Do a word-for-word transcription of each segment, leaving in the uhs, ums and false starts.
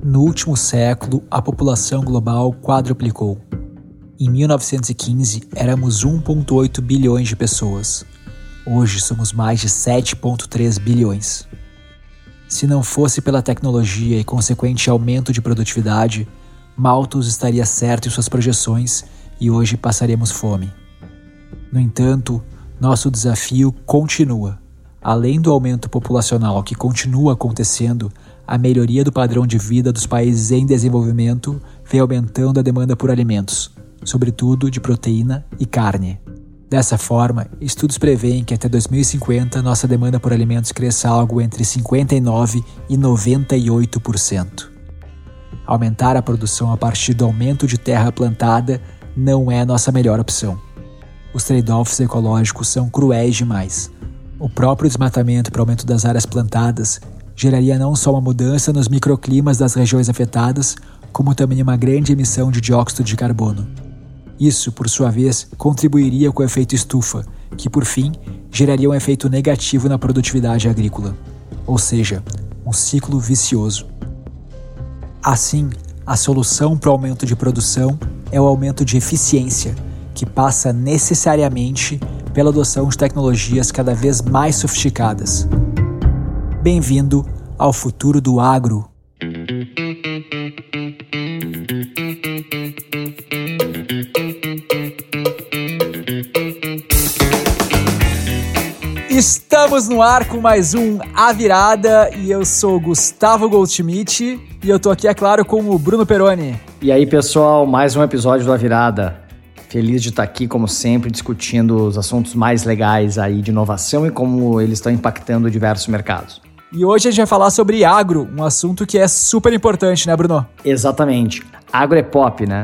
No último século, a população global quadruplicou. Em mil novecentos e quinze, éramos um vírgula oito bilhões de pessoas. Hoje somos mais de sete vírgula três bilhões. Se não fosse pela tecnologia e consequente aumento de produtividade, Malthus estaria certo em suas projeções e hoje passaríamos fome. No entanto, nosso desafio continua. Além do aumento populacional que continua acontecendo, a melhoria do padrão de vida dos países em desenvolvimento vem aumentando a demanda por alimentos, sobretudo de proteína e carne. Dessa forma, estudos preveem que até dois mil e cinquenta nossa demanda por alimentos cresça algo entre cinquenta e nove por cento e noventa e oito por cento. Aumentar a produção a partir do aumento de terra plantada não é a nossa melhor opção. Os trade-offs ecológicos são cruéis demais. O próprio desmatamento para o aumento das áreas plantadas geraria não só uma mudança nos microclimas das regiões afetadas, como também uma grande emissão de dióxido de carbono. Isso, por sua vez, contribuiria com o efeito estufa, que, por fim, geraria um efeito negativo na produtividade agrícola, ou seja, um ciclo vicioso. Assim, a solução para o aumento de produção é o aumento de eficiência, que passa necessariamente pela adoção de tecnologias cada vez mais sofisticadas. Bem-vindo ao futuro do agro. Estamos no ar com mais um A Virada e eu sou Gustavo Goldschmidt e eu tô aqui, é claro, com o Bruno Peroni. E aí, pessoal, mais um episódio do A Virada. Feliz de estar aqui, como sempre, discutindo os assuntos mais legais aí de inovação e como eles estão impactando diversos mercados. E hoje a gente vai falar sobre agro, um assunto que é super importante, né, Bruno? Exatamente. Agro é pop, né?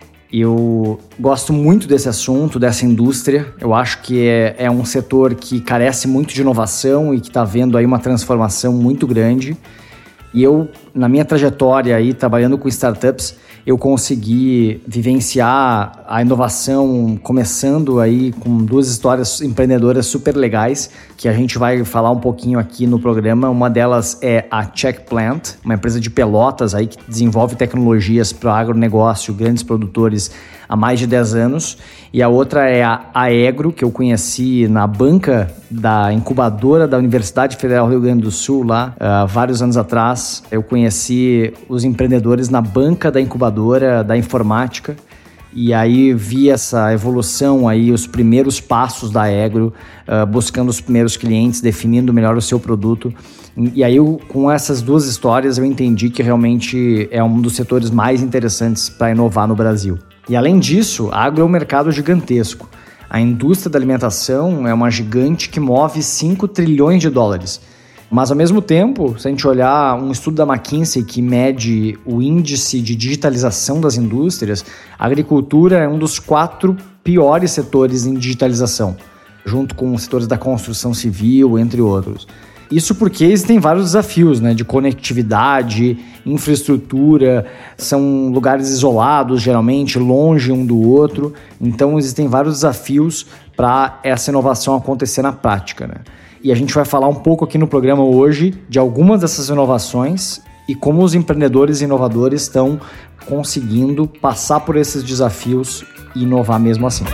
Eu gosto muito desse assunto, dessa indústria. Eu acho que é, é um setor que carece muito de inovação e que está vendo aí uma transformação muito grande. E eu, na minha trajetória aí, trabalhando com startups, eu consegui vivenciar a inovação começando aí com duas histórias empreendedoras super legais que a gente vai falar um pouquinho aqui no programa. Uma delas é a Checkplant, uma empresa de Pelotas aí que desenvolve tecnologias para o agronegócio, grandes produtores há mais de dez anos. E a outra é a Aegro, que eu conheci na banca da incubadora da Universidade Federal do Rio Grande do Sul, lá há vários anos atrás. Eu conheci os empreendedores na banca da incubadora da informática e aí vi essa evolução aí, os primeiros passos da Aegro, uh, buscando os primeiros clientes, definindo melhor o seu produto. E aí, eu, com essas duas histórias, eu entendi que realmente é um dos setores mais interessantes para inovar no Brasil. E além disso, a agro é um mercado gigantesco. A indústria da alimentação é uma gigante que move cinco trilhões de dólares. Mas, ao mesmo tempo, se a gente olhar um estudo da McKinsey que mede o índice de digitalização das indústrias, a agricultura é um dos quatro piores setores em digitalização, junto com os setores da construção civil, entre outros. Isso porque existem vários desafios, né, de conectividade, infraestrutura, são lugares isolados, geralmente, longe um do outro. Então, existem vários desafios para essa inovação acontecer na prática, né? E a gente vai falar um pouco aqui no programa hoje de algumas dessas inovações e como os empreendedores e inovadores estão conseguindo passar por esses desafios e inovar mesmo assim.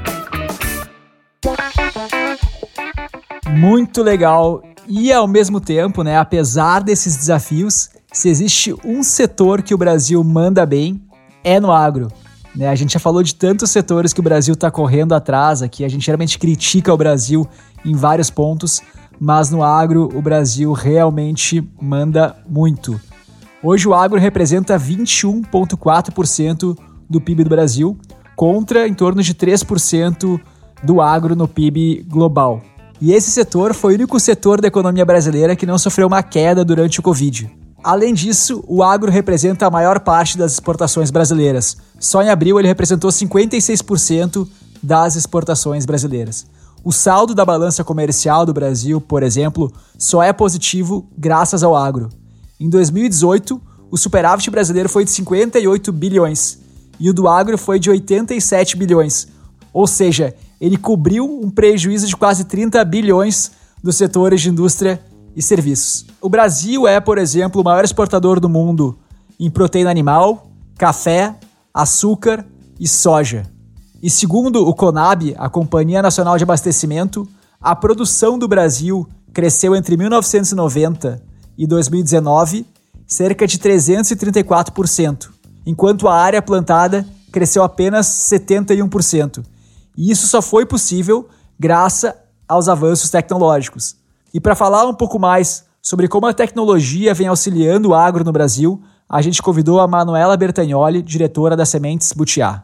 Muito legal. E ao mesmo tempo, né, apesar desses desafios, se existe um setor que o Brasil manda bem, é no agro. Né? A gente já falou de tantos setores que o Brasil está correndo atrás aqui, a gente geralmente critica o Brasil em vários pontos, mas no agro o Brasil realmente manda muito. Hoje o agro representa vinte e um vírgula quatro por cento do P I B do Brasil, contra em torno de três por cento do agro no P I B global. E esse setor foi o único setor da economia brasileira que não sofreu uma queda durante o Covid. Além disso, o agro representa a maior parte das exportações brasileiras. Só em abril ele representou cinquenta e seis por cento das exportações brasileiras. O saldo da balança comercial do Brasil, por exemplo, só é positivo graças ao agro. Em dois mil e dezoito, o superávit brasileiro foi de cinquenta e oito bilhões e o do agro foi de oitenta e sete bilhões. Ou seja, ele cobriu um prejuízo de quase trinta bilhões dos setores de indústria e serviços. O Brasil é, por exemplo, o maior exportador do mundo em proteína animal, café, açúcar e soja. E segundo o CONAB, a Companhia Nacional de Abastecimento, a produção do Brasil cresceu entre mil novecentos e noventa e dois mil e dezenove cerca de trezentos e trinta e quatro por cento, enquanto a área plantada cresceu apenas setenta e um por cento. E isso só foi possível graças aos avanços tecnológicos. E para falar um pouco mais sobre como a tecnologia vem auxiliando o agro no Brasil, a gente convidou a Manuela Bertagnoli, diretora da Sementes Butiá.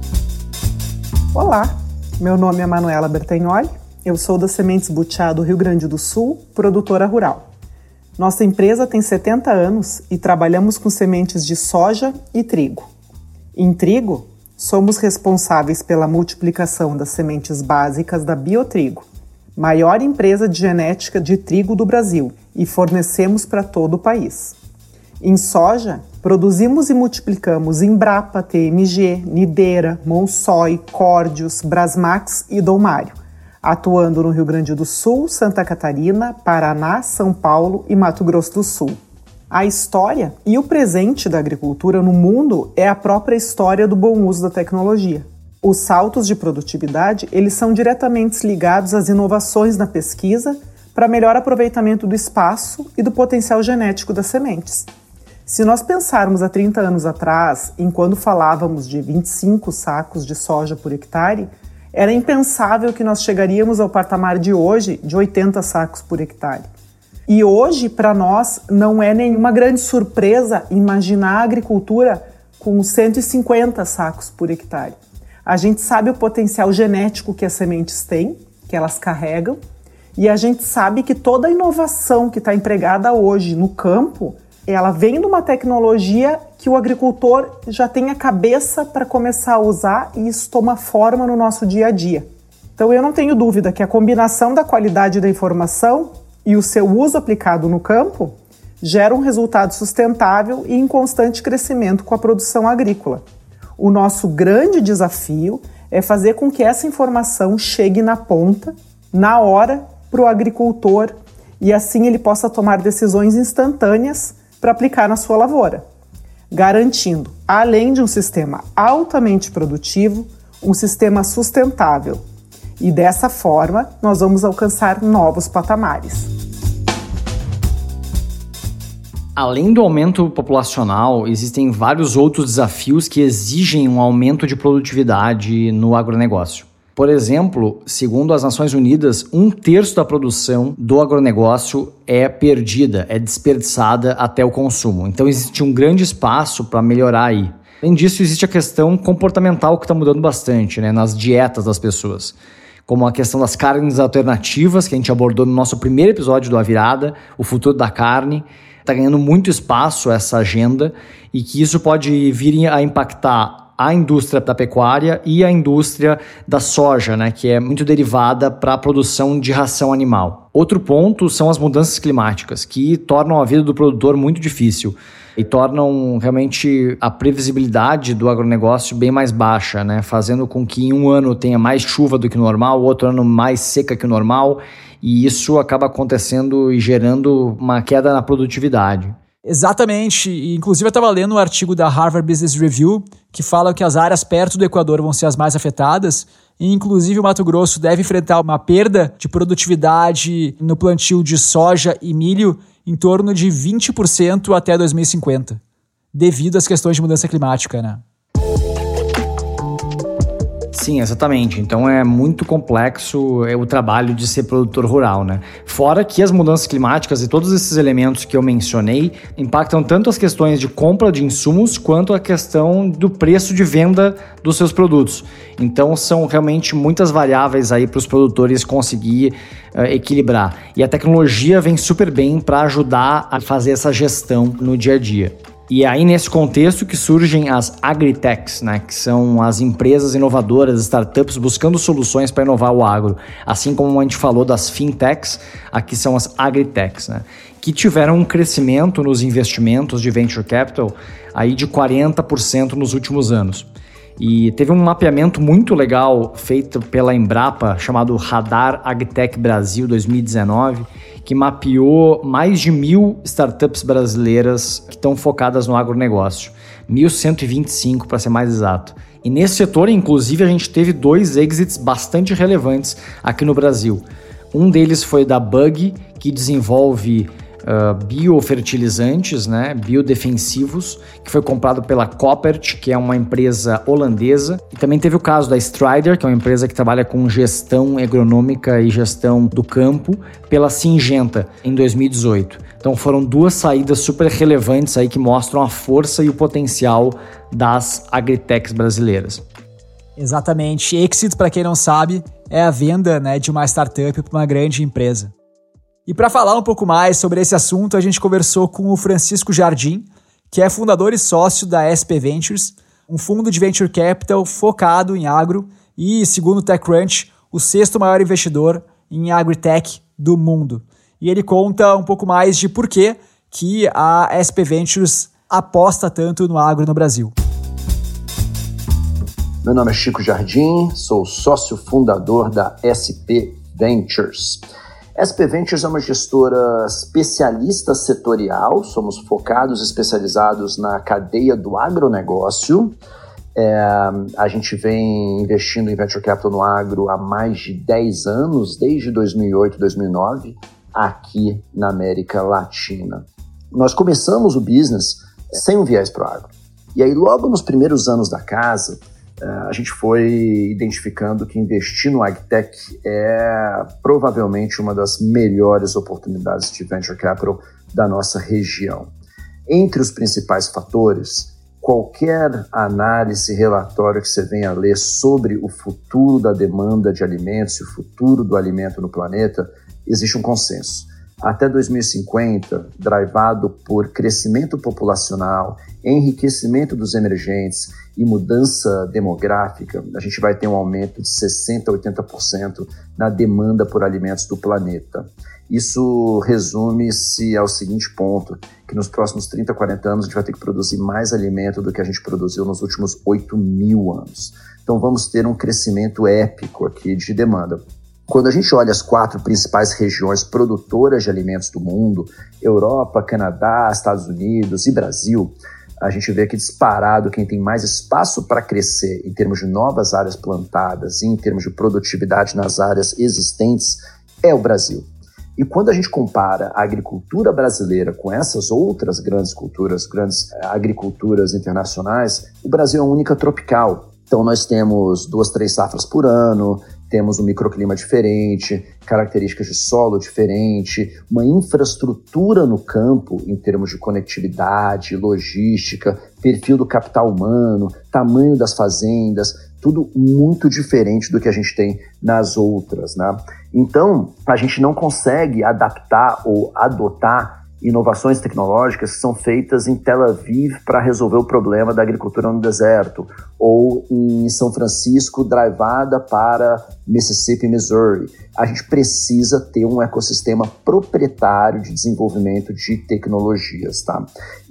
Olá, meu nome é Manuela Bertagnoli, eu sou da Sementes Butiá do Rio Grande do Sul, produtora rural. Nossa empresa tem setenta anos e trabalhamos com sementes de soja e trigo. Em trigo, somos responsáveis pela multiplicação das sementes básicas da Biotrigo, maior empresa de genética de trigo do Brasil, e fornecemos para todo o país. Em soja, produzimos e multiplicamos Embrapa, T M G, Nideira, Monsoy, Córdios, Brasmax e Doumário, atuando no Rio Grande do Sul, Santa Catarina, Paraná, São Paulo e Mato Grosso do Sul. A história e o presente da agricultura no mundo é a própria história do bom uso da tecnologia. Os saltos de produtividade, eles são diretamente ligados às inovações na pesquisa para melhor aproveitamento do espaço e do potencial genético das sementes. Se nós pensarmos há trinta anos atrás, em quando falávamos de vinte e cinco sacos de soja por hectare, era impensável que nós chegaríamos ao patamar de hoje de oitenta sacos por hectare. E hoje, para nós, não é nenhuma grande surpresa imaginar a agricultura com cento e cinquenta sacos por hectare. A gente sabe o potencial genético que as sementes têm, que elas carregam, e a gente sabe que toda a inovação que está empregada hoje no campo, ela vem de uma tecnologia que o agricultor já tem a cabeça para começar a usar, e isso toma forma no nosso dia a dia. Então eu não tenho dúvida que a combinação da qualidade da informação e o seu uso aplicado no campo gera um resultado sustentável e em constante crescimento com a produção agrícola. O nosso grande desafio é fazer com que essa informação chegue na ponta, na hora, para o agricultor, e assim ele possa tomar decisões instantâneas para aplicar na sua lavoura, garantindo, além de um sistema altamente produtivo, um sistema sustentável. E dessa forma, nós vamos alcançar novos patamares. Além do aumento populacional, existem vários outros desafios que exigem um aumento de produtividade no agronegócio. Por exemplo, segundo as Nações Unidas, um terço da produção do agronegócio é perdida, é desperdiçada até o consumo. Então existe um grande espaço para melhorar aí. Além disso, existe a questão comportamental que está mudando bastante, né, nas dietas das pessoas. Como a questão das carnes alternativas, que a gente abordou no nosso primeiro episódio do A Virada, o futuro da carne. Está ganhando muito espaço essa agenda, e que isso pode vir a impactar a indústria da pecuária e a indústria da soja, né, que é muito derivada para a produção de ração animal. Outro ponto são as mudanças climáticas, que tornam a vida do produtor muito difícil e tornam realmente a previsibilidade do agronegócio bem mais baixa, né, fazendo com que em um ano tenha mais chuva do que o normal, outro ano mais seca que o normal, e isso acaba acontecendo e gerando uma queda na produtividade. Exatamente, e inclusive eu estava lendo um artigo da Harvard Business Review que fala que as áreas perto do Equador vão ser as mais afetadas, e inclusive o Mato Grosso deve enfrentar uma perda de produtividade no plantio de soja e milho em torno de vinte por cento até dois mil e cinquenta, devido às questões de mudança climática, né? Sim, exatamente. Então é muito complexo é, o trabalho de ser produtor rural, né? Fora que as mudanças climáticas e todos esses elementos que eu mencionei impactam tanto as questões de compra de insumos quanto a questão do preço de venda dos seus produtos. Então são realmente muitas variáveis aí para os produtores conseguir uh, equilibrar. E a tecnologia vem super bem para ajudar a fazer essa gestão no dia a dia. E é aí, nesse contexto, que surgem as agritechs, né, que são as empresas inovadoras, startups, buscando soluções para inovar o agro. Assim como a gente falou das fintechs, aqui são as agritechs, né, que tiveram um crescimento nos investimentos de venture capital aí de quarenta por cento nos últimos anos. E teve um mapeamento muito legal feito pela Embrapa, chamado Radar AgTech Brasil dois mil e dezenove, que mapeou mais de mil startups brasileiras que estão focadas no agronegócio. mil cento e vinte e cinco, para ser mais exato. E nesse setor, inclusive, a gente teve dois exits bastante relevantes aqui no Brasil. Um deles foi da Bug, que desenvolve uh, biofertilizantes, né, biodefensivos, que foi comprado pela Koppert, que é uma empresa holandesa. E também teve o caso da Strider, que é uma empresa que trabalha com gestão agronômica e gestão do campo, pela Syngenta, em dois mil e dezoito. Então foram duas saídas super relevantes aí que mostram a força e o potencial das agritechs brasileiras. Exatamente. Exit, para quem não sabe, é a venda, né, de uma startup para uma grande empresa. E para falar um pouco mais sobre esse assunto, a gente conversou com o Francisco Jardim, que é fundador e sócio da S P Ventures, um fundo de venture capital focado em agro e, segundo o TechCrunch, o sexto maior investidor em agritech do mundo. E ele conta um pouco mais de por que que a S P Ventures aposta tanto no agro no Brasil. Meu nome é Chico Jardim, sou sócio fundador da S P Ventures. S P Ventures é uma gestora especialista setorial, somos focados e especializados na cadeia do agronegócio. É, a gente vem investindo em Venture Capital no agro há mais de dez anos, desde dois mil e oito, dois mil e nove, aqui na América Latina. Nós começamos o business sem um viés para o agro. E aí, logo nos primeiros anos da casa, a gente foi identificando que investir no agtech é provavelmente uma das melhores oportunidades de venture capital da nossa região. Entre os principais fatores, qualquer análise, relatório que você venha a ler sobre o futuro da demanda de alimentos e o futuro do alimento no planeta, existe um consenso. Até dois mil e cinquenta, drivado por crescimento populacional, enriquecimento dos emergentes e mudança demográfica, a gente vai ter um aumento de sessenta por cento a oitenta por cento na demanda por alimentos do planeta. Isso resume-se ao seguinte ponto, que nos próximos trinta, quarenta anos a gente vai ter que produzir mais alimento do que a gente produziu nos últimos oito mil anos. Então vamos ter um crescimento épico aqui de demanda. Quando a gente olha as quatro principais regiões produtoras de alimentos do mundo, Europa, Canadá, Estados Unidos e Brasil, a gente vê que disparado quem tem mais espaço para crescer em termos de novas áreas plantadas e em termos de produtividade nas áreas existentes é o Brasil. E quando a gente compara a agricultura brasileira com essas outras grandes culturas, grandes agriculturas internacionais, o Brasil é a única tropical. Então nós temos duas, três safras por ano, temos um microclima diferente, características de solo diferente, uma infraestrutura no campo em termos de conectividade, logística, perfil do capital humano, tamanho das fazendas, tudo muito diferente do que a gente tem nas outras, né? Então, a gente não consegue adaptar ou adotar inovações tecnológicas que são feitas em Tel Aviv para resolver o problema da agricultura no deserto, ou em São Francisco, drivada para Mississippi, Missouri. A gente precisa ter um ecossistema proprietário de desenvolvimento de tecnologias, tá?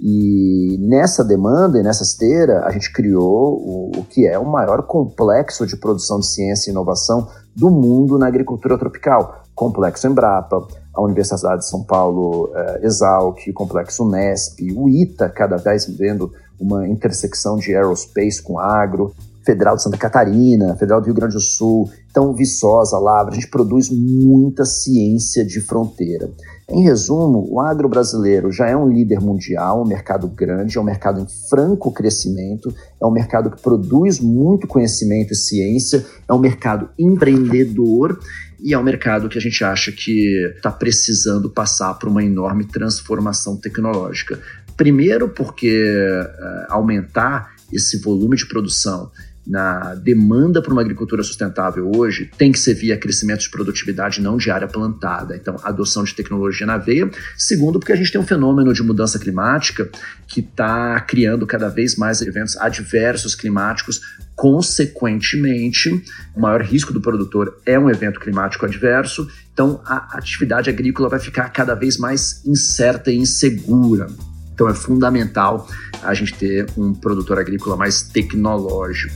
E nessa demanda e nessa esteira, a gente criou o, o que é o maior complexo de produção de ciência e inovação do mundo na agricultura tropical. Complexo Embrapa, a Universidade de São Paulo, eh, Exalc, o Complexo Unesp, o ITA, cada vez vendo uma intersecção de aerospace com agro, Federal de Santa Catarina, Federal do Rio Grande do Sul, então Viçosa, Lavra, a gente produz muita ciência de fronteira. Em resumo, o agro brasileiro já é um líder mundial, um mercado grande, é um mercado em franco crescimento, é um mercado que produz muito conhecimento e ciência, é um mercado empreendedor e é um mercado que a gente acha que está precisando passar por uma enorme transformação tecnológica. Primeiro porque uh, aumentar esse volume de produção na demanda por uma agricultura sustentável hoje tem que ser via crescimento de produtividade, não de área plantada. Então, adoção de tecnologia na veia. Segundo, porque a gente tem um fenômeno de mudança climática que está criando cada vez mais eventos adversos climáticos. Consequentemente, o maior risco do produtor é um evento climático adverso. Então, a atividade agrícola vai ficar cada vez mais incerta e insegura. Então é fundamental a gente ter um produtor agrícola mais tecnológico.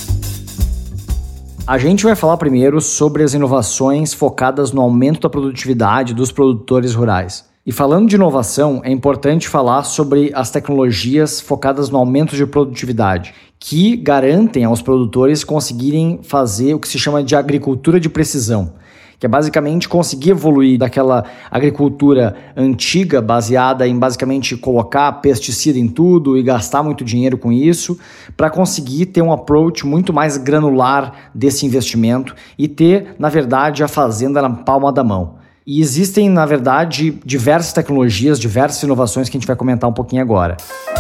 A gente vai falar primeiro sobre as inovações focadas no aumento da produtividade dos produtores rurais. E falando de inovação, é importante falar sobre as tecnologias focadas no aumento de produtividade, que garantem aos produtores conseguirem fazer o que se chama de agricultura de precisão, que é basicamente conseguir evoluir daquela agricultura antiga, baseada em basicamente colocar pesticida em tudo e gastar muito dinheiro com isso, para conseguir ter um approach muito mais granular desse investimento e ter, na verdade, a fazenda na palma da mão. E existem, na verdade, diversas tecnologias, diversas inovações que a gente vai comentar um pouquinho agora.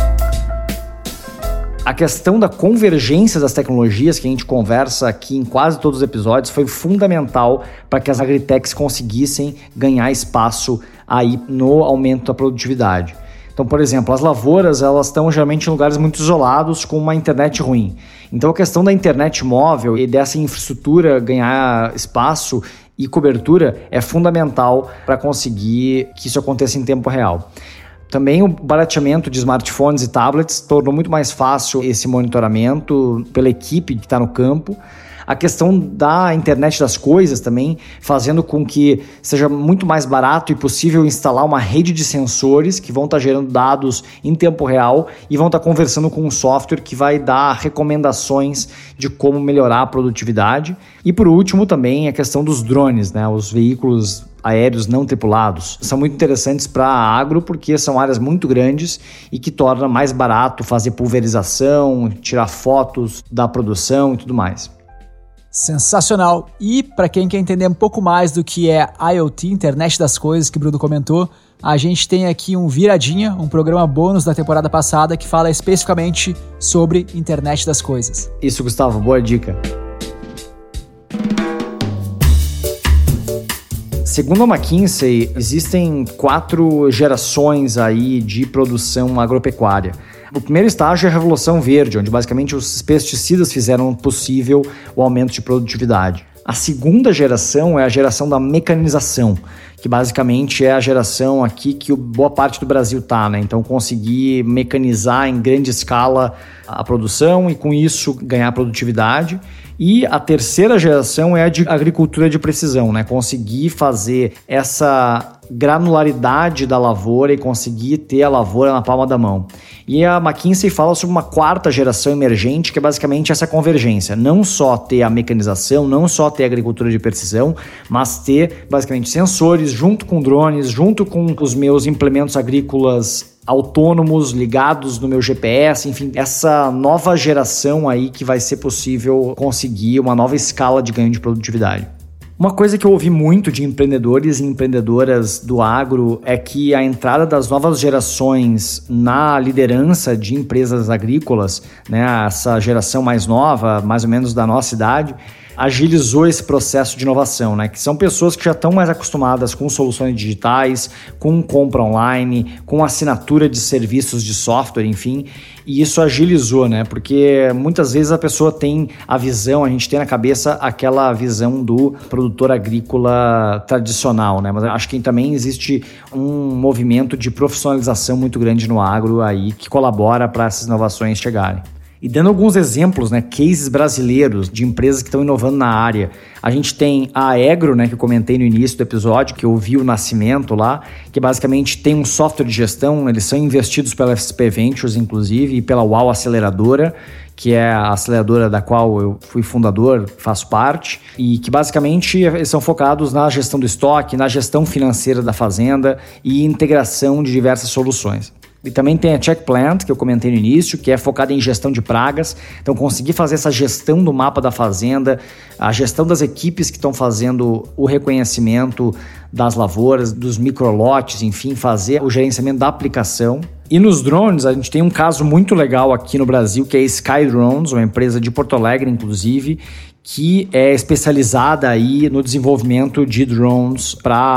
A questão da convergência das tecnologias que a gente conversa aqui em quase todos os episódios foi fundamental para que as agritechs conseguissem ganhar espaço aí no aumento da produtividade. Então, por exemplo, as lavouras elas estão geralmente em lugares muito isolados com uma internet ruim. Então, a questão da internet móvel e dessa infraestrutura ganhar espaço e cobertura é fundamental para conseguir que isso aconteça em tempo real. Também o barateamento de smartphones e tablets tornou muito mais fácil esse monitoramento pela equipe que está no campo. A questão da internet das coisas também, fazendo com que seja muito mais barato e possível instalar uma rede de sensores que vão estar gerando dados em tempo real e vão estar conversando com um software que vai dar recomendações de como melhorar a produtividade. E por último também a questão dos drones, né? Os veículos aéreos não tripulados. São muito interessantes para a agro porque são áreas muito grandes e que torna mais barato fazer pulverização, tirar fotos da produção e tudo mais. Sensacional! E para quem quer entender um pouco mais do que é IoT, Internet das Coisas, que o Bruno comentou, a gente tem aqui um Viradinha, um programa bônus da temporada passada que fala especificamente sobre Internet das Coisas. Isso, Gustavo, boa dica. Segundo a McKinsey, existem quatro gerações aí de produção agropecuária. O primeiro estágio é a Revolução Verde, onde basicamente os pesticidas fizeram possível o aumento de produtividade. A segunda geração é a geração da mecanização, que basicamente é a geração aqui que boa parte do Brasil está, né? Então conseguir mecanizar em grande escala a produção e com isso ganhar produtividade. E a terceira geração é a de agricultura de precisão, né? Conseguir fazer essa granularidade da lavoura e conseguir ter a lavoura na palma da mão. E a McKinsey fala sobre uma quarta geração emergente, que é basicamente essa convergência. Não só ter a mecanização, não só ter a agricultura de precisão, mas ter basicamente sensores junto com drones, junto com os meus implementos agrícolas autônomos, ligados no meu G P S, enfim, essa nova geração aí que vai ser possível conseguir uma nova escala de ganho de produtividade. Uma coisa que eu ouvi muito de empreendedores e empreendedoras do agro é que a entrada das novas gerações na liderança de empresas agrícolas, né, essa geração mais nova, mais ou menos da nossa idade, agilizou esse processo de inovação, né? Que são pessoas que já estão mais acostumadas com soluções digitais, com compra online, com assinatura de serviços de software, enfim, e isso agilizou, né? Porque muitas vezes a pessoa tem a visão, a gente tem na cabeça aquela visão do produtor agrícola tradicional, né? Mas acho que também existe um movimento de profissionalização muito grande no agro aí que colabora para essas inovações chegarem. E dando alguns exemplos, né, cases brasileiros de empresas que estão inovando na área, a gente tem a Aegro, né, que eu comentei no início do episódio, que eu vi o nascimento lá, que basicamente tem um software de gestão, eles são investidos pela S P Ventures, inclusive, e pela Uau Aceleradora, que é a aceleradora da qual eu fui fundador, faço parte, e que basicamente eles são focados na gestão do estoque, na gestão financeira da fazenda e integração de diversas soluções. E também tem a Check Plant, que eu comentei no início, que é focada em gestão de pragas. Então, conseguir fazer essa gestão do mapa da fazenda, a gestão das equipes que estão fazendo o reconhecimento das lavouras, dos microlotes, enfim, fazer o gerenciamento da aplicação. E nos drones, a gente tem um caso muito legal aqui no Brasil, que é a Sky Drones, uma empresa de Porto Alegre, inclusive, que é especializada aí no desenvolvimento de drones para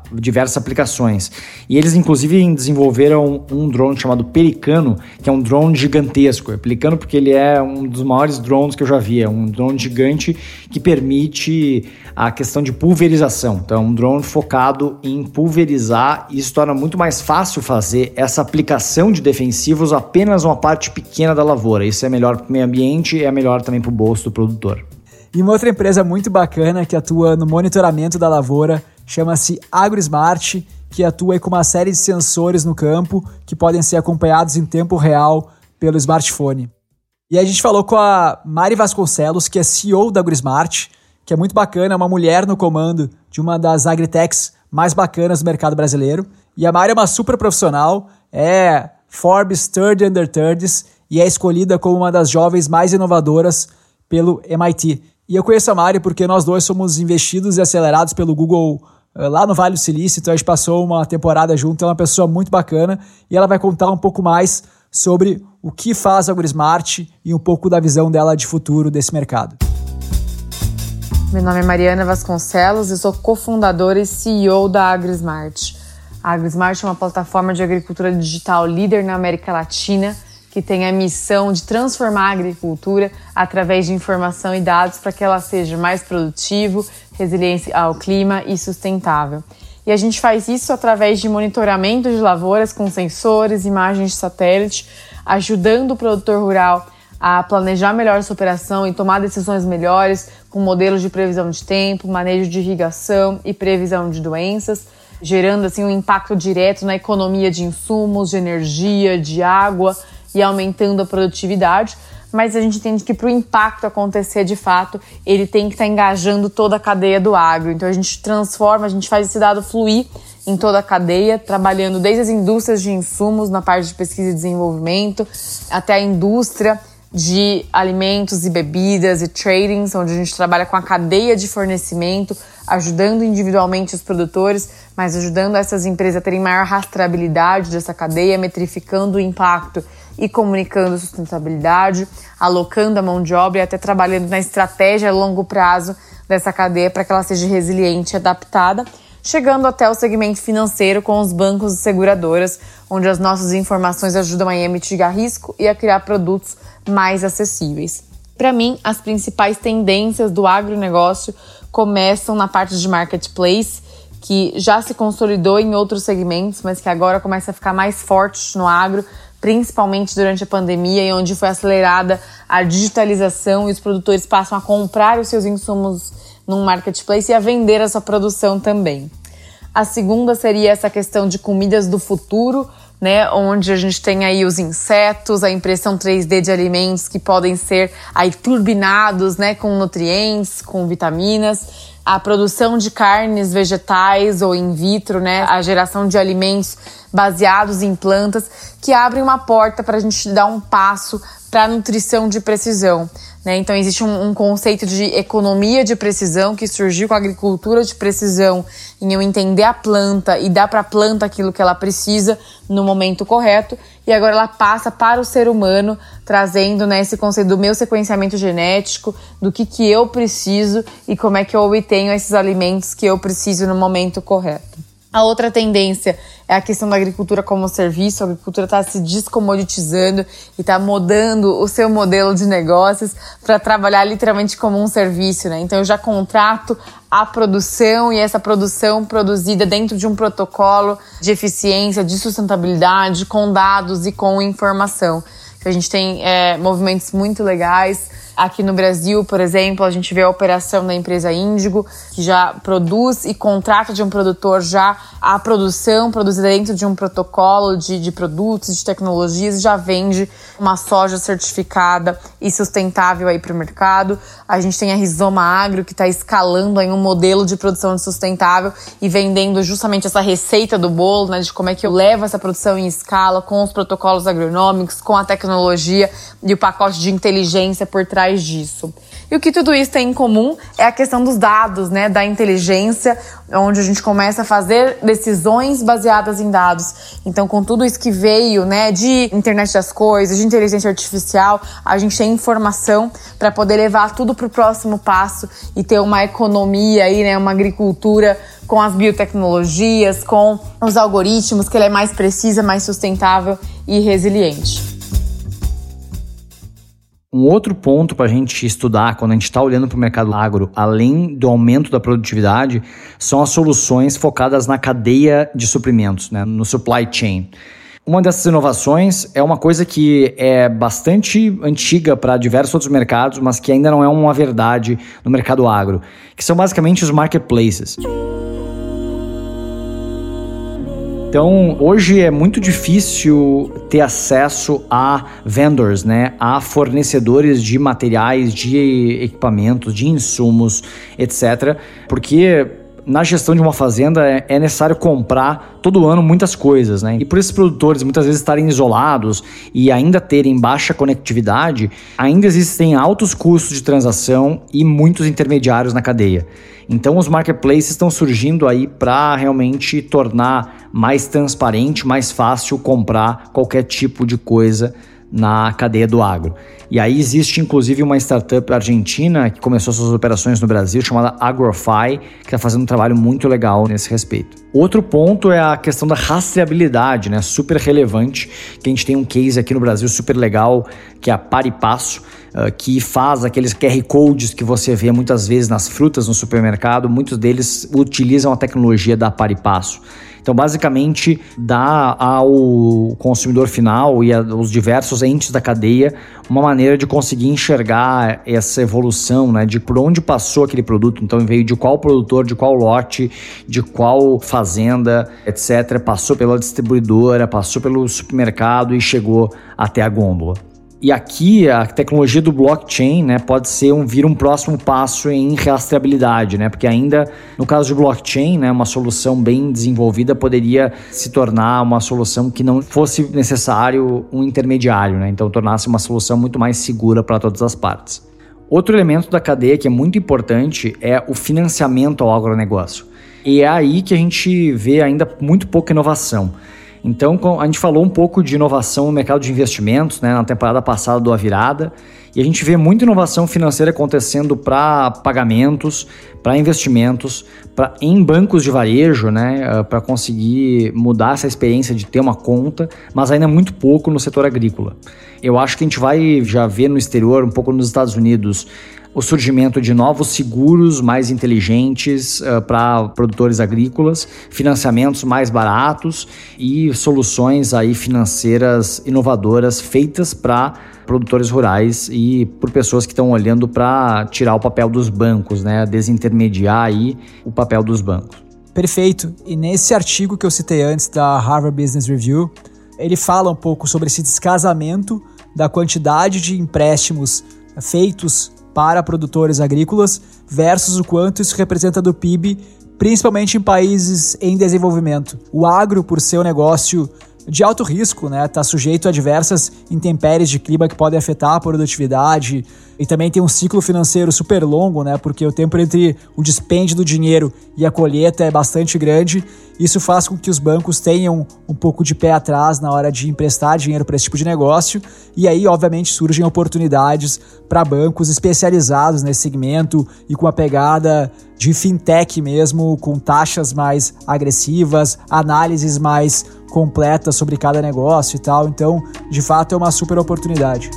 diversas aplicações. E eles, inclusive, desenvolveram um drone chamado Pelicano, que é um drone gigantesco. É Pelicano porque ele é um dos maiores drones que eu já vi. É um drone gigante que permite a questão de pulverização. Então, é um drone focado em pulverizar, e isso torna muito mais fácil fazer essa aplicação de defensivos apenas uma parte pequena da lavoura. Isso é melhor para o meio ambiente e é melhor também para o bolso do produtor. E uma outra empresa muito bacana que atua no monitoramento da lavoura chama-se AgroSmart, que atua aí com uma série de sensores no campo que podem ser acompanhados em tempo real pelo smartphone. E a gente falou com a Mari Vasconcelos, que é C E O da AgroSmart, que é muito bacana, é uma mulher no comando de uma das agritechs mais bacanas do mercado brasileiro. E a Mari é uma super profissional, é Forbes trinta Under trinta e é escolhida como uma das jovens mais inovadoras pelo M I T. E eu conheço a Mari porque nós dois somos investidos e acelerados pelo Google lá no Vale do Silício, então a gente passou uma temporada junto, é uma pessoa muito bacana e ela vai contar um pouco mais sobre o que faz a AgroSmart e um pouco da visão dela de futuro desse mercado. Meu nome é Mariana Vasconcelos, eu sou cofundadora e C E O da AgroSmart. A AgroSmart é uma plataforma de agricultura digital líder na América Latina, que tem a missão de transformar a agricultura através de informação e dados para que ela seja mais produtiva, resiliente ao clima e sustentável. E a gente faz isso através de monitoramento de lavouras com sensores, imagens de satélite, ajudando o produtor rural a planejar melhor sua operação e tomar decisões melhores com modelos de previsão de tempo, manejo de irrigação e previsão de doenças, gerando assim um impacto direto na economia de insumos, de energia, de água e aumentando a produtividade. Mas a gente entende que para o impacto acontecer de fato, ele tem que estar engajando toda a cadeia do agro. Então a gente transforma, a gente faz esse dado fluir em toda a cadeia, trabalhando desde as indústrias de insumos, na parte de pesquisa e desenvolvimento, até a indústria de alimentos e bebidas e tradings, onde a gente trabalha com a cadeia de fornecimento, ajudando individualmente os produtores, mas ajudando essas empresas a terem maior rastreabilidade dessa cadeia, metrificando o impacto e comunicando a sustentabilidade, alocando a mão de obra e até trabalhando na estratégia a longo prazo dessa cadeia para que ela seja resiliente e adaptada, chegando até o segmento financeiro com os bancos e seguradoras, onde as nossas informações ajudam a mitigar risco e a criar produtos mais acessíveis. Para mim, as principais tendências do agronegócio começam na parte de marketplace, que já se consolidou em outros segmentos, mas que agora começa a ficar mais forte no agro, principalmente durante a pandemia, e onde foi acelerada a digitalização e os produtores passam a comprar os seus insumos num marketplace e a vender a sua produção também. A segunda seria essa questão de comidas do futuro, né, onde a gente tem aí os insetos, a impressão três D de alimentos que podem ser aí turbinados, né, com nutrientes, com vitaminas, a produção de carnes vegetais ou in vitro, né, a geração de alimentos baseados em plantas, que abrem uma porta para a gente dar um passo para a nutrição de precisão. Né? Então existe um, um conceito de economia de precisão que surgiu com a agricultura de precisão, em eu entender a planta e dar para a planta aquilo que ela precisa no momento correto, e agora ela passa para o ser humano, trazendo, né, esse conceito do meu sequenciamento genético, do que, que eu preciso e como é que eu obtenho esses alimentos que eu preciso no momento correto. A outra tendência é a questão da agricultura como serviço. A agricultura está se descomoditizando e está mudando o seu modelo de negócios para trabalhar literalmente como um serviço, né? Então eu já contrato a produção e essa produção produzida dentro de um protocolo de eficiência, de sustentabilidade, com dados e com informação. A gente tem é, movimentos muito legais. Aqui no Brasil, por exemplo, a gente vê a operação da empresa Índigo, que já produz e contrata de um produtor já a produção produzida dentro de um protocolo de, de produtos, de tecnologias, e já vende uma soja certificada e sustentável aí para o mercado. A gente tem a Rizoma Agro, que está escalando aí um modelo de produção sustentável e vendendo justamente essa receita do bolo, né, de como é que eu levo essa produção em escala com os protocolos agronômicos, com a tecnologia e o pacote de inteligência por trás trás disso. E o que tudo isso tem em comum é a questão dos dados, né, da inteligência, onde a gente começa a fazer decisões baseadas em dados. Então, com tudo isso que veio, né, de internet das coisas, de inteligência artificial, a gente tem informação para poder levar tudo para o próximo passo e ter uma economia aí, né, uma agricultura com as biotecnologias, com os algoritmos, que ela é mais precisa, mais sustentável e resiliente. Um outro ponto para a gente estudar quando a gente está olhando para o mercado agro, além do aumento da produtividade, são as soluções focadas na cadeia de suprimentos, né, no supply chain. Uma dessas inovações é uma coisa que é bastante antiga para diversos outros mercados, mas que ainda não é uma verdade no mercado agro, que são basicamente os marketplaces. Então, hoje é muito difícil ter acesso a vendors, né, a fornecedores de materiais, de equipamentos, de insumos, etcétera, porque na gestão de uma fazenda é necessário comprar todo ano muitas coisas, né? E por esses produtores muitas vezes estarem isolados e ainda terem baixa conectividade, ainda existem altos custos de transação e muitos intermediários na cadeia. Então os marketplaces estão surgindo aí para realmente tornar mais transparente, mais fácil comprar qualquer tipo de coisa na cadeia do agro. E aí existe inclusive uma startup argentina que começou suas operações no Brasil, chamada Agrofy, que está fazendo um trabalho muito legal nesse respeito. Outro ponto é a questão da rastreabilidade, né? Super relevante, que a gente tem um case aqui no Brasil super legal, que é a Paripasso, uh, que faz aqueles Q R Codes que você vê muitas vezes nas frutas no supermercado. Muitos deles utilizam a tecnologia da Paripasso. Então, basicamente, dá ao consumidor final e aos diversos entes da cadeia uma maneira de conseguir enxergar essa evolução, né, de por onde passou aquele produto. Então, veio de qual produtor, de qual lote, de qual fazenda, etcétera. Passou pela distribuidora, passou pelo supermercado e chegou até a gôndola. E aqui a tecnologia do blockchain, né, pode ser um, vir um próximo passo em rastreabilidade, né, porque ainda no caso de blockchain, né, uma solução bem desenvolvida poderia se tornar uma solução que não fosse necessário um intermediário, né, então tornasse uma solução muito mais segura para todas as partes. Outro elemento da cadeia que é muito importante é o financiamento ao agronegócio. E é aí que a gente vê ainda muito pouca inovação. Então, a gente falou um pouco de inovação no mercado de investimentos, né, na temporada passada do A Virada, e a gente vê muita inovação financeira acontecendo para pagamentos, para investimentos, pra, em bancos de varejo, né, para conseguir mudar essa experiência de ter uma conta, mas ainda muito pouco no setor agrícola. Eu acho que a gente vai já ver no exterior, um pouco nos Estados Unidos, o surgimento de novos seguros mais inteligentes uh, para produtores agrícolas, financiamentos mais baratos e soluções aí financeiras inovadoras feitas para produtores rurais e por pessoas que estão olhando para tirar o papel dos bancos, né, desintermediar aí o papel dos bancos. Perfeito. E nesse artigo que eu citei antes da Harvard Business Review, ele fala um pouco sobre esse descasamento da quantidade de empréstimos feitos para produtores agrícolas versus o quanto isso representa do P I B, principalmente em países em desenvolvimento. O agro, por ser um negócio de alto risco, né, está sujeito a diversas intempéries de clima que podem afetar a produtividade e também tem um ciclo financeiro super longo, né, porque o tempo entre o dispêndio do dinheiro e a colheita é bastante grande. Isso faz com que os bancos tenham um pouco de pé atrás na hora de emprestar dinheiro para esse tipo de negócio e aí, obviamente, surgem oportunidades para bancos especializados nesse segmento e com a pegada de fintech mesmo, com taxas mais agressivas, análises mais completas sobre cada negócio e tal. Então, de fato, é uma super oportunidade.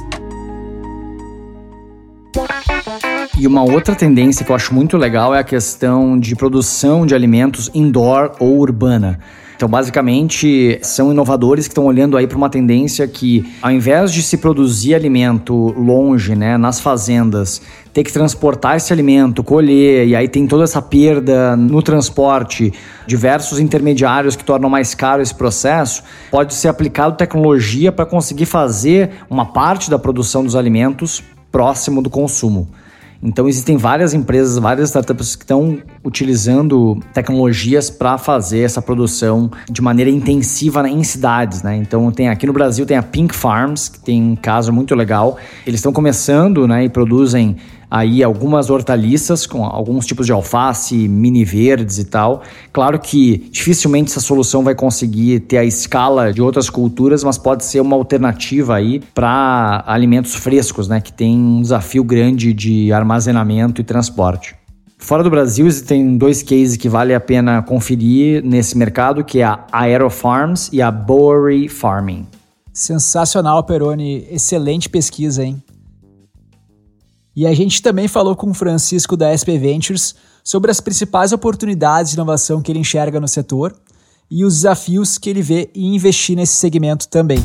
E uma outra tendência que eu acho muito legal é a questão de produção de alimentos indoor ou urbana. Então, basicamente, são inovadores que estão olhando aí para uma tendência que, ao invés de se produzir alimento longe, né, nas fazendas, ter que transportar esse alimento, colher, e aí tem toda essa perda no transporte, diversos intermediários que tornam mais caro esse processo, pode ser aplicado tecnologia para conseguir fazer uma parte da produção dos alimentos próximo do consumo. Então existem várias empresas, várias startups que estão utilizando tecnologias para fazer essa produção de maneira intensiva em cidades, né? Então tem aqui no Brasil tem a Pink Farms, que tem um caso muito legal. Eles estão começando, né, e produzem aí algumas hortaliças com alguns tipos de alface, mini verdes e tal. Claro que dificilmente essa solução vai conseguir ter a escala de outras culturas, mas pode ser uma alternativa aí para alimentos frescos, né, que tem um desafio grande de armazenamento e transporte. Fora do Brasil, existem dois cases que vale a pena conferir nesse mercado, que é a AeroFarms e a Bowery Farming. Sensacional, Peroni. Excelente pesquisa, hein? E a gente também falou com o Francisco da S P Ventures sobre as principais oportunidades de inovação que ele enxerga no setor e os desafios que ele vê em investir nesse segmento também.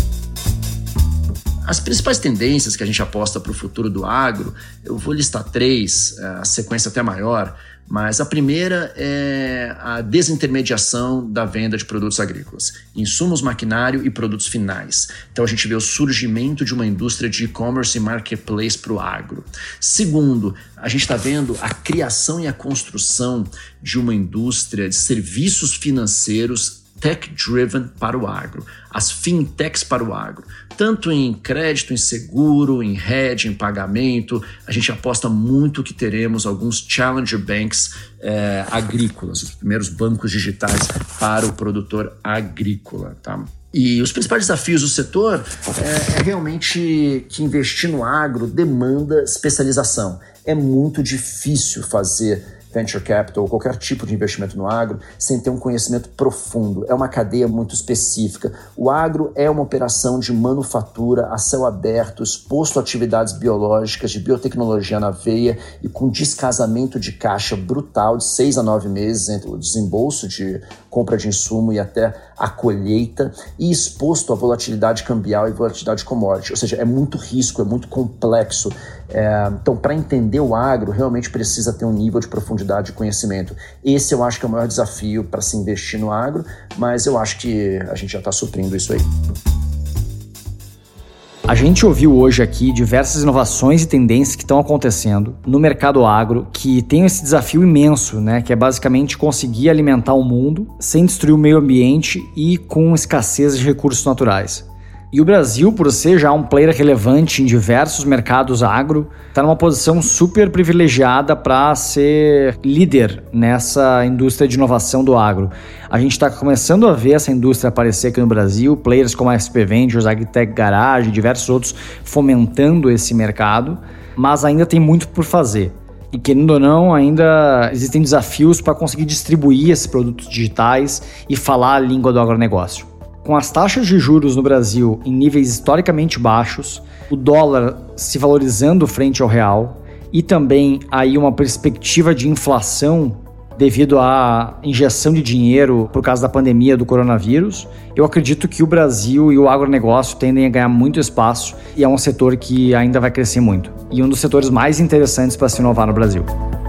As principais tendências que a gente aposta para o futuro do agro, eu vou listar três, a sequência até maior, mas a primeira é a desintermediação da venda de produtos agrícolas, insumos, maquinário e produtos finais. Então a gente vê o surgimento de uma indústria de e-commerce e marketplace para o agro. Segundo, a gente está vendo a criação e a construção de uma indústria de serviços financeiros tech-driven para o agro, as fintechs para o agro, tanto em crédito, em seguro, em hedge, em pagamento. A gente aposta muito que teremos alguns challenger banks eh, agrícolas, os primeiros bancos digitais para o produtor agrícola, tá? E os principais desafios do setor é, é realmente que investir no agro demanda especialização. É muito difícil fazer venture capital ou qualquer tipo de investimento no agro sem ter um conhecimento profundo. É uma cadeia muito específica. O agro é uma operação de manufatura a céu aberto, exposto a atividades biológicas, de biotecnologia na veia e com descasamento de caixa brutal de seis a nove meses entre o desembolso de compra de insumo e até a colheita, e exposto à volatilidade cambial e volatilidade de commodity. Ou seja, é muito risco, é muito complexo. É, então, para entender o agro, realmente precisa ter um nível de profundidade de conhecimento. Esse eu acho que é o maior desafio para se investir no agro, mas eu acho que a gente já está suprindo isso aí. A gente ouviu hoje aqui diversas inovações e tendências que estão acontecendo no mercado agro, que tem esse desafio imenso, né, que é basicamente conseguir alimentar o mundo sem destruir o meio ambiente e com escassez de recursos naturais. E o Brasil, por ser já um player relevante em diversos mercados agro, está numa posição super privilegiada para ser líder nessa indústria de inovação do agro. A gente está começando a ver essa indústria aparecer aqui no Brasil, players como a S P Ventures, AgTech Garage e diversos outros fomentando esse mercado, mas ainda tem muito por fazer. E querendo ou não, ainda existem desafios para conseguir distribuir esses produtos digitais e falar a língua do agronegócio. Com as taxas de juros no Brasil em níveis historicamente baixos, o dólar se valorizando frente ao real e também aí uma perspectiva de inflação devido à injeção de dinheiro por causa da pandemia do coronavírus, eu acredito que o Brasil e o agronegócio tendem a ganhar muito espaço e é um setor que ainda vai crescer muito. E um dos setores mais interessantes para se inovar no Brasil.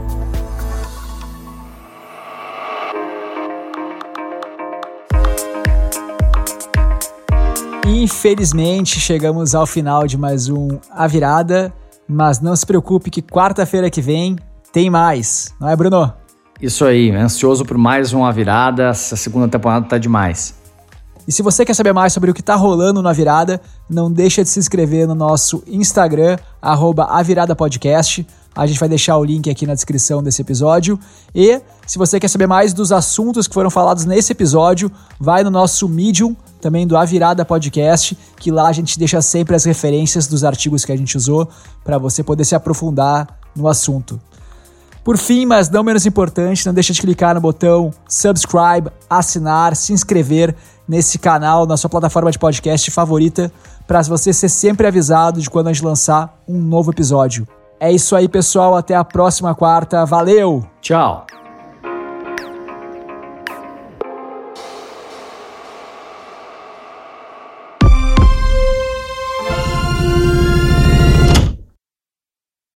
Infelizmente, chegamos ao final de mais um A Virada, mas não se preocupe que quarta-feira que vem tem mais, não é, Bruno? Isso aí, ansioso por mais uma virada, essa segunda temporada tá demais. E se você quer saber mais sobre o que está rolando na Virada, não deixa de se inscrever no nosso Instagram, arroba aviradapodcast. A gente vai deixar o link aqui na descrição desse episódio. E se você quer saber mais dos assuntos que foram falados nesse episódio, vai no nosso Medium, também do A Virada Podcast, que lá a gente deixa sempre as referências dos artigos que a gente usou para você poder se aprofundar no assunto. Por fim, mas não menos importante, não deixa de clicar no botão subscribe, assinar, se inscrever nesse canal, na sua plataforma de podcast favorita, para você ser sempre avisado de quando a gente lançar um novo episódio. É isso aí, pessoal. Até a próxima quarta. Valeu! Tchau!